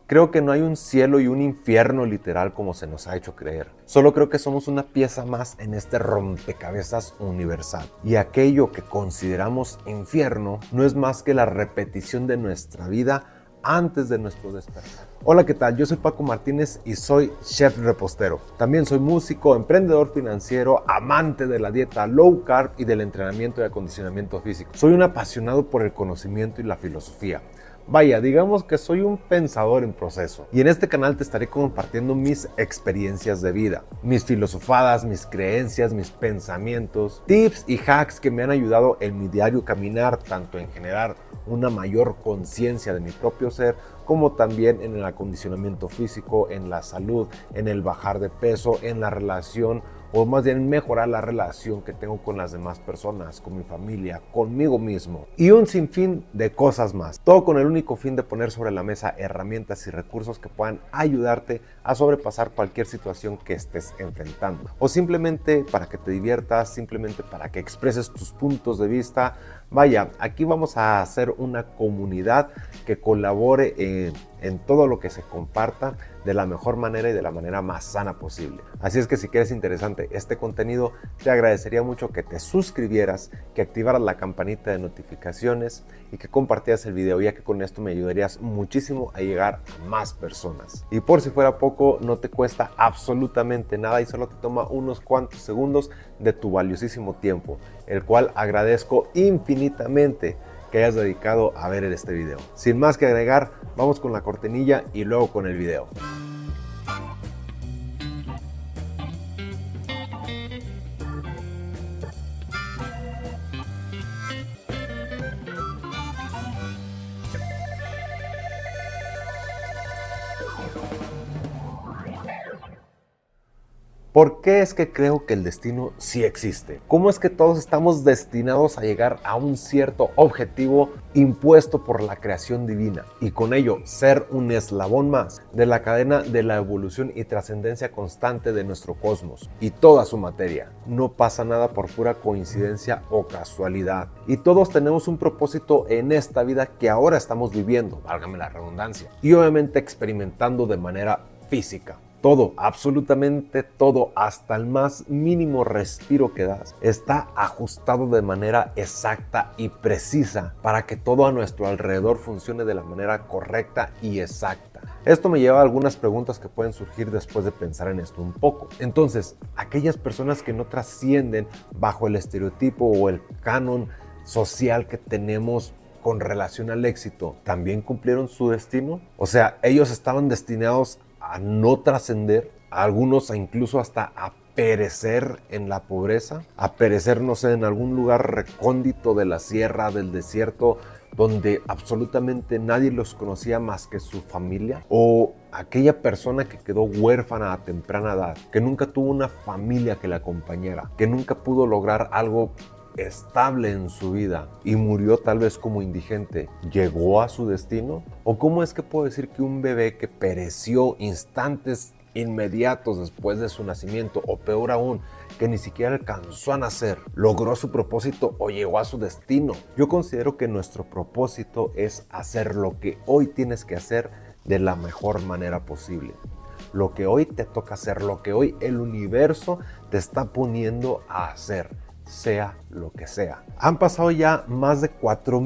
Creo que no hay un cielo y un infierno literal como se nos ha hecho creer. Solo creo que somos una pieza más en este rompecabezas universal. Y aquello que consideramos infierno no es más que la repetición de nuestra vida antes de nuestro despertar. Hola, ¿qué tal? Yo soy Paco Martínez y soy chef repostero. También soy músico, emprendedor financiero, amante de la dieta low carb y del entrenamiento y acondicionamiento físico. Soy un apasionado por el conocimiento y la filosofía. Vaya, digamos que soy un pensador en proceso. Y en este canal te estaré compartiendo mis experiencias de vida, mis filosofadas, mis creencias, mis pensamientos, tips y hacks que me han ayudado en mi diario caminar, tanto en generar una mayor conciencia de mi propio ser, como también en el acondicionamiento físico, en la salud, en el bajar de peso, en la relación, o más bien mejorar la relación que tengo con las demás personas, con mi familia, conmigo mismo y un sinfín de cosas más. Todo con el único fin de poner sobre la mesa herramientas y recursos que puedan ayudarte a sobrepasar cualquier situación que estés enfrentando. O simplemente para que te diviertas, simplemente para que expreses tus puntos de vista. Vaya, aquí vamos a hacer una comunidad que colabore en todo lo que se comparta de la mejor manera y de la manera más sana posible. Así es que si quieres interesante este contenido, te agradecería mucho que te suscribieras, que activaras la campanita de notificaciones y que compartieras el video, ya que con esto me ayudarías muchísimo a llegar a más personas. Y por si fuera poco, no te cuesta absolutamente nada y solo te toma unos cuantos segundos de tu valiosísimo tiempo, el cual agradezco infinitamente que hayas dedicado a ver este video. Sin más que agregar, vamos con la cortinilla y luego con el video. ¿Por qué es que creo que el destino sí existe? ¿Cómo es que todos estamos destinados a llegar a un cierto objetivo impuesto por la creación divina y con ello ser un eslabón más de la cadena de la evolución y trascendencia constante de nuestro cosmos y toda su materia? No pasa nada por pura coincidencia o casualidad. Y todos tenemos un propósito en esta vida que ahora estamos viviendo, válgame la redundancia, y obviamente experimentando de manera física. Todo, absolutamente todo, hasta el más mínimo respiro que das, está ajustado de manera exacta y precisa para que todo a nuestro alrededor funcione de la manera correcta y exacta. Esto me lleva a algunas preguntas que pueden surgir después de pensar en esto un poco. Entonces, aquellas personas que no trascienden bajo el estereotipo o el canon social que tenemos con relación al éxito, ¿también cumplieron su destino? O sea, ellos estaban destinados a no trascender, a algunos incluso hasta a perecer en la pobreza, a perecer, no sé, en algún lugar recóndito de la sierra, del desierto, donde absolutamente nadie los conocía más que su familia, o aquella persona que quedó huérfana a temprana edad, que nunca tuvo una familia que la acompañara, que nunca pudo lograr algo estable en su vida y murió tal vez como indigente, ¿llegó a su destino? ¿O cómo es que puedo decir que un bebé que pereció instantes inmediatos después de su nacimiento, o peor aún, que ni siquiera alcanzó a nacer, logró su propósito o llegó a su destino? Yo considero que nuestro propósito es hacer lo que hoy tienes que hacer de la mejor manera posible. Lo que hoy te toca hacer, lo que hoy el universo te está poniendo a hacer, sea lo que sea. Han pasado ya más de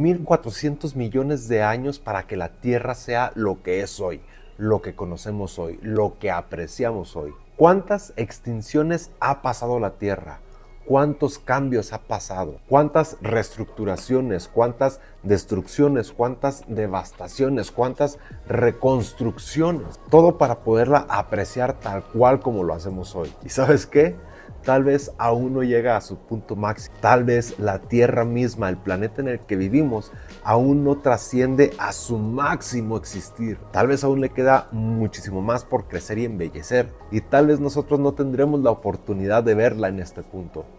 4.400 millones de años para que la Tierra sea lo que es hoy, lo que conocemos hoy, lo que apreciamos hoy. ¿Cuántas extinciones ha pasado la Tierra? ¿Cuántos cambios ha pasado? ¿Cuántas reestructuraciones? ¿Cuántas destrucciones? ¿Cuántas devastaciones? ¿Cuántas reconstrucciones? Todo para poderla apreciar tal cual como lo hacemos hoy. ¿Y sabes qué? Tal vez aún no llega a su punto máximo. Tal vez la Tierra misma, el planeta en el que vivimos, aún no trasciende a su máximo existir. Tal vez aún le queda muchísimo más por crecer y embellecer. Y tal vez nosotros no tendremos la oportunidad de verla en este punto.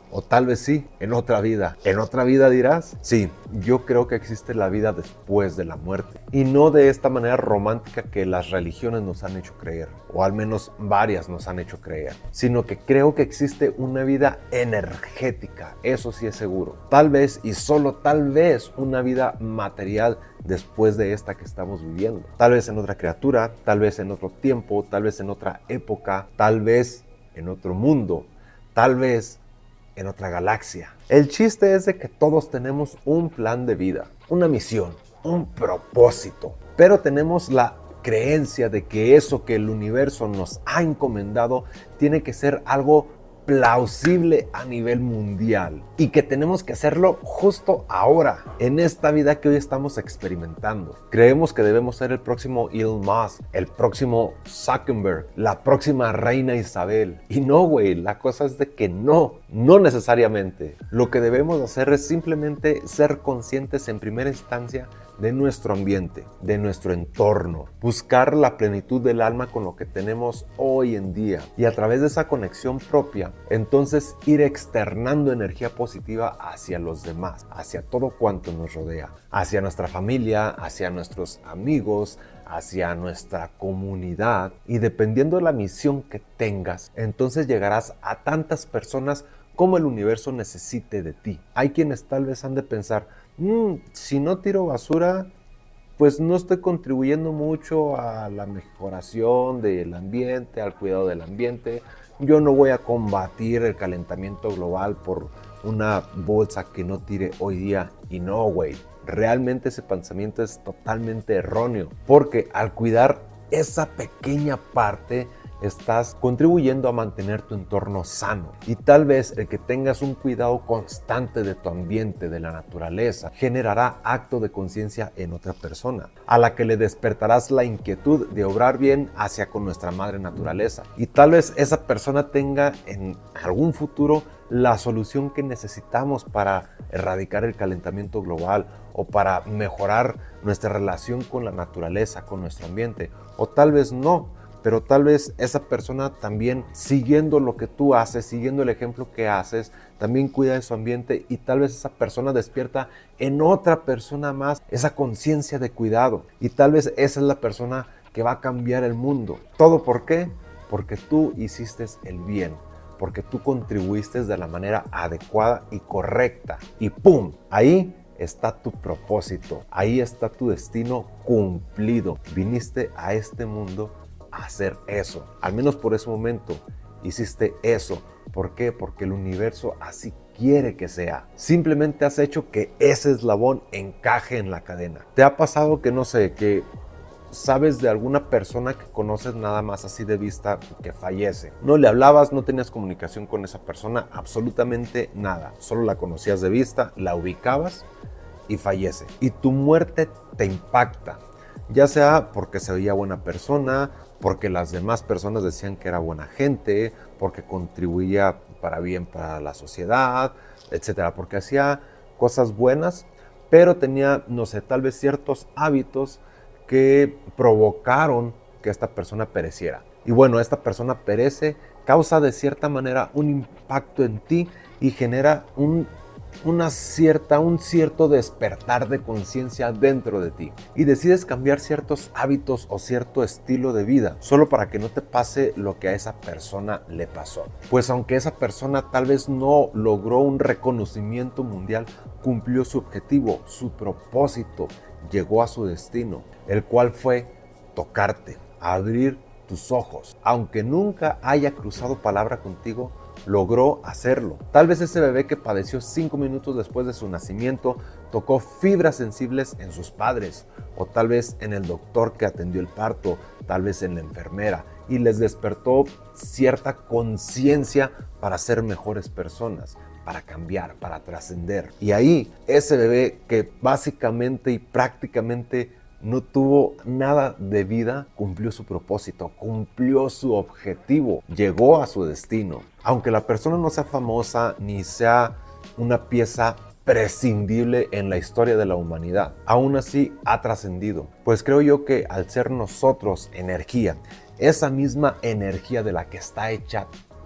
O tal vez sí, en otra vida. ¿En otra vida dirás? Sí, yo creo que existe la vida después de la muerte. Y no de esta manera romántica que las religiones nos han hecho creer, o al menos varias nos han hecho creer, sino que creo que existe una vida energética, eso sí es seguro. Tal vez y solo tal vez una vida material después de esta que estamos viviendo. Tal vez en otra criatura, tal vez en otro tiempo, tal vez en otra época, tal vez en otro mundo, tal vez en otra galaxia. El chiste es de que todos tenemos un plan de vida, una misión, un propósito, pero tenemos la creencia de que eso que el universo nos ha encomendado tiene que ser algo plausible a nivel mundial y que tenemos que hacerlo justo ahora, en esta vida que hoy estamos experimentando. Creemos que debemos ser el próximo Elon Musk, el próximo Zuckerberg, la próxima reina Isabel. Y no, güey, la cosa es de que no necesariamente. Lo que debemos hacer es simplemente ser conscientes en primera instancia de nuestro ambiente, de nuestro entorno, buscar la plenitud del alma con lo que tenemos hoy en día y a través de esa conexión propia, entonces ir externando energía positiva hacia los demás, hacia todo cuanto nos rodea, hacia nuestra familia, hacia nuestros amigos, hacia nuestra comunidad, y dependiendo de la misión que tengas, entonces llegarás a tantas personas como el universo necesite de ti. Hay quienes tal vez han de pensar, si no tiro basura, pues no estoy contribuyendo mucho a la mejoración del ambiente, al cuidado del ambiente. Yo no voy a combatir el calentamiento global por una bolsa que no tire hoy día. Y no, güey, realmente ese pensamiento es totalmente erróneo, porque al cuidar esa pequeña parte, estás contribuyendo a mantener tu entorno sano. Y tal vez el que tengas un cuidado constante de tu ambiente, de la naturaleza, generará acto de conciencia en otra persona, a la que le despertarás la inquietud de obrar bien hacia con nuestra madre naturaleza. Y tal vez esa persona tenga en algún futuro la solución que necesitamos para erradicar el calentamiento global o para mejorar nuestra relación con la naturaleza, con nuestro ambiente. O tal vez no. Pero tal vez esa persona también, siguiendo lo que tú haces, siguiendo el ejemplo que haces, también cuida de su ambiente, y tal vez esa persona despierta en otra persona más esa conciencia de cuidado. Y tal vez esa es la persona que va a cambiar el mundo. ¿Todo por qué? Porque tú hiciste el bien, porque tú contribuiste de la manera adecuada y correcta. Y ¡pum! Ahí está tu propósito, ahí está tu destino cumplido. Viniste a este mundo hacer eso, al menos por ese momento hiciste eso. ¿Por qué? Porque el universo así quiere que sea. Simplemente has hecho que ese eslabón encaje en la cadena. ¿Te ha pasado que, no sé, que sabes de alguna persona que conoces nada más así de vista que fallece? No le hablabas, no tenías comunicación con esa persona, absolutamente nada. Solo la conocías de vista, la ubicabas y fallece. Y tu muerte te impacta, ya sea porque se veía buena persona, porque las demás personas decían que era buena gente, porque contribuía para bien para la sociedad, etcétera, porque hacía cosas buenas, pero tenía, no sé, tal vez ciertos hábitos que provocaron que esta persona pereciera. Y bueno, esta persona perece, causa de cierta manera un impacto en ti y genera un cierto despertar de conciencia dentro de ti, y decides cambiar ciertos hábitos o cierto estilo de vida solo para que no te pase lo que a esa persona le pasó. Pues aunque esa persona tal vez no logró un reconocimiento mundial, cumplió su objetivo, su propósito, llegó a su destino, el cual fue tocarte, abrir tus ojos. Aunque nunca haya cruzado palabra contigo, logró hacerlo. Tal vez ese bebé que padeció 5 minutos después de su nacimiento tocó fibras sensibles en sus padres, o tal vez en el doctor que atendió el parto, tal vez en la enfermera, y les despertó cierta conciencia para ser mejores personas, para cambiar, para trascender. Y ahí ese bebé que básicamente y prácticamente no tuvo nada de vida, cumplió su propósito, cumplió su objetivo, llegó a su destino. Aunque la persona no sea famosa ni sea una pieza prescindible en la historia de la humanidad, aún así ha trascendido. Pues creo yo que al ser nosotros energía, esa misma energía de la que está hecha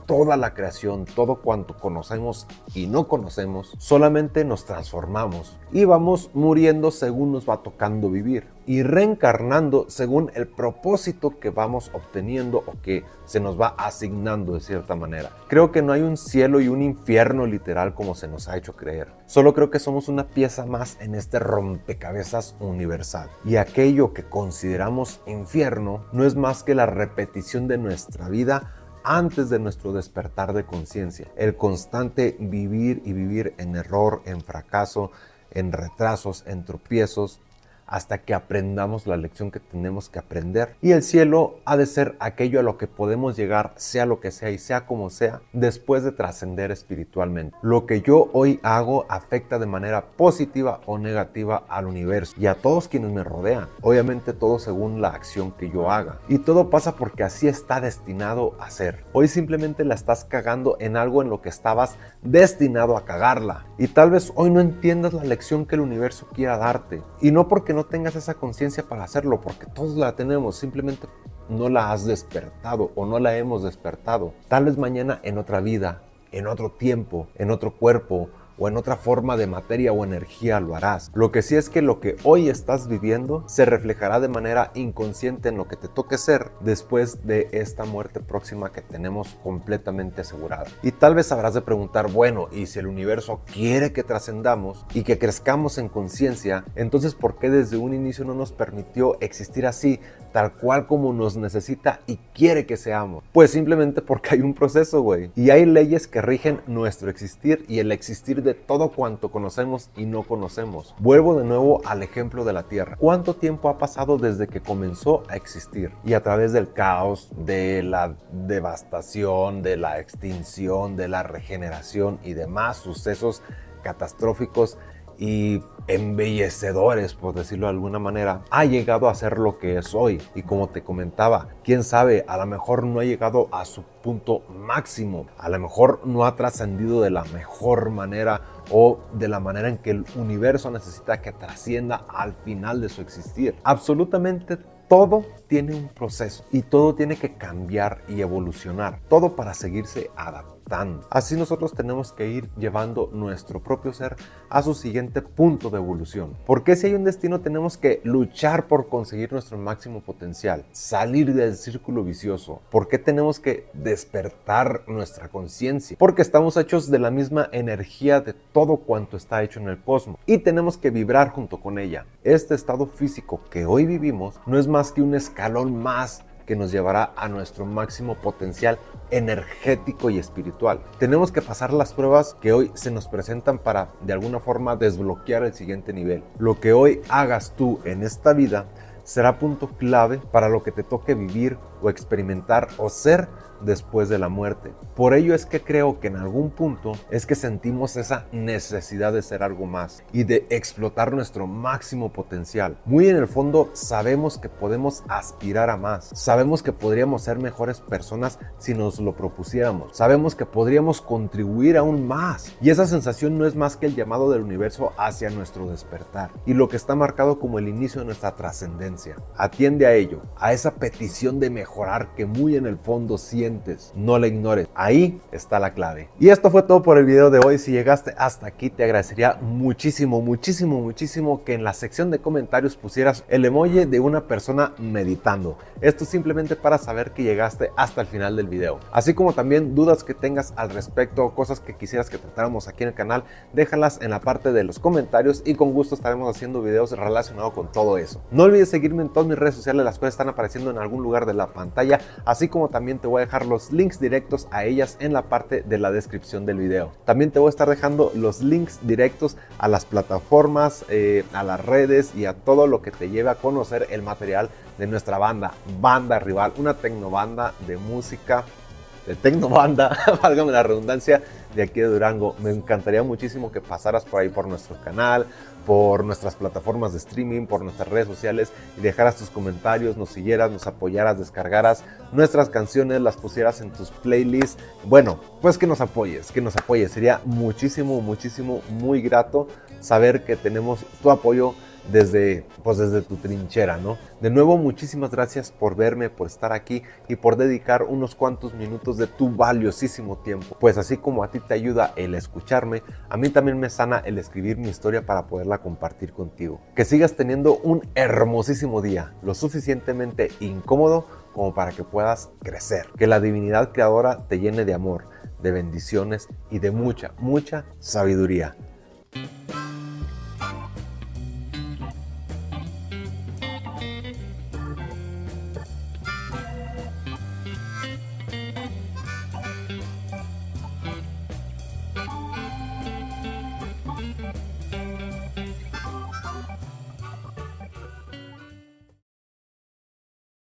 toda la creación, todo cuanto conocemos y no conocemos, solamente nos transformamos y vamos muriendo según nos va tocando vivir y reencarnando según el propósito que vamos obteniendo o que se nos va asignando de cierta manera. Creo que no hay un cielo y un infierno literal como se nos ha hecho creer. Solo creo que somos una pieza más en este rompecabezas universal. Y aquello que consideramos infierno no es más que la repetición de nuestra vida antes de nuestro despertar de conciencia. El constante vivir y vivir en error, en fracaso, en retrasos, en tropiezos, hasta que aprendamos la lección que tenemos que aprender. Y el cielo ha de ser aquello a lo que podemos llegar, sea lo que sea y sea como sea, después de trascender espiritualmente. Lo que yo hoy hago afecta de manera positiva o negativa al universo y a todos quienes me rodean. Obviamente todo según la acción que yo haga. Y todo pasa porque así está destinado a ser. Hoy simplemente la estás cagando en algo en lo que estabas destinado a cagarla. Y tal vez hoy no entiendas la lección que el universo quiera darte. Y no porque no tengas esa conciencia para hacerlo, porque todos la tenemos, simplemente no la has despertado o no la hemos despertado. Tal vez mañana en otra vida, en otro tiempo, en otro cuerpo o en otra forma de materia o energía lo harás. Lo que sí es que lo que hoy estás viviendo se reflejará de manera inconsciente en lo que te toque ser después de esta muerte próxima que tenemos completamente asegurada. Y tal vez habrás de preguntar, bueno, y si el universo quiere que trascendamos y que crezcamos en conciencia, entonces ¿por qué desde un inicio no nos permitió existir así, tal cual como nos necesita y quiere que seamos? Pues simplemente porque hay un proceso, güey. Y hay leyes que rigen nuestro existir y el existir de todo cuanto conocemos y no conocemos. Vuelvo de nuevo al ejemplo de la Tierra. ¿Cuánto tiempo ha pasado desde que comenzó a existir? Y a través del caos, de la devastación, de la extinción, de la regeneración y demás sucesos catastróficos y embellecedores, por decirlo de alguna manera, ha llegado a ser lo que es hoy. Y como te comentaba, quién sabe, a lo mejor no ha llegado a su punto máximo, a lo mejor no ha trascendido de la mejor manera o de la manera en que el universo necesita que trascienda al final de su existir. Absolutamente todo tiene un proceso y todo tiene que cambiar y evolucionar, todo para seguirse adaptando. Así nosotros tenemos que ir llevando nuestro propio ser a su siguiente punto de evolución. Porque si hay un destino tenemos que luchar por conseguir nuestro máximo potencial, salir del círculo vicioso. ¿Por qué tenemos que despertar nuestra conciencia? Porque estamos hechos de la misma energía de todo cuanto está hecho en el cosmos y tenemos que vibrar junto con ella. Este estado físico que hoy vivimos no es más que un escalón más que nos llevará a nuestro máximo potencial energético y espiritual. Tenemos que pasar las pruebas que hoy se nos presentan para de alguna forma desbloquear el siguiente nivel. Lo que hoy hagas tú en esta vida será punto clave para lo que te toque vivir o experimentar o ser después de la muerte. Por ello es que creo que en algún punto es que sentimos esa necesidad de ser algo más y de explotar nuestro máximo potencial. Muy en el fondo sabemos que podemos aspirar a más, sabemos que podríamos ser mejores personas si nos lo propusiéramos, sabemos que podríamos contribuir aún más y esa sensación no es más que el llamado del universo hacia nuestro despertar y lo que está marcado como el inicio de nuestra trascendencia. Atiende a ello, a esa petición de mejorar que muy en el fondo sientes. No la ignores, ahí está la clave. Y esto fue todo por el video de hoy. Si llegaste hasta aquí te agradecería muchísimo que en la sección de comentarios pusieras el emoji de una persona meditando. Esto simplemente para saber que llegaste hasta el final del video. Así como también dudas que tengas al respecto, cosas que quisieras que tratáramos aquí en el canal, déjalas en la parte de los comentarios y con gusto estaremos haciendo videos relacionados con todo eso. No olvides seguirme en todas mis redes sociales, las cuales están apareciendo en algún lugar de la pantalla, así como también te voy a dejar los links directos a ellas en la parte de la descripción del video. También te voy a estar dejando los links directos a las plataformas, a las redes y a todo lo que te lleve a conocer el material de nuestra banda, Banda Rival, una tecnobanda de música, de tecnobanda, válgame la redundancia, de aquí de Durango. Me encantaría muchísimo que pasaras por ahí por nuestro canal, por nuestras plataformas de streaming, por nuestras redes sociales y dejaras tus comentarios, nos siguieras, nos apoyaras, descargaras nuestras canciones, las pusieras en tus playlists. Bueno, pues que nos apoyes. Sería muchísimo, muy grato saber que tenemos tu apoyo desde tu trinchera, ¿no? De nuevo, muchísimas gracias por verme, por estar aquí y por dedicar unos cuantos minutos de tu valiosísimo tiempo. Pues así como a ti te ayuda el escucharme, a mí también me sana el escribir mi historia para poderla compartir contigo. Que sigas teniendo un hermosísimo día, lo suficientemente incómodo como para que puedas crecer. Que la divinidad creadora te llene de amor, de bendiciones y de mucha, mucha sabiduría.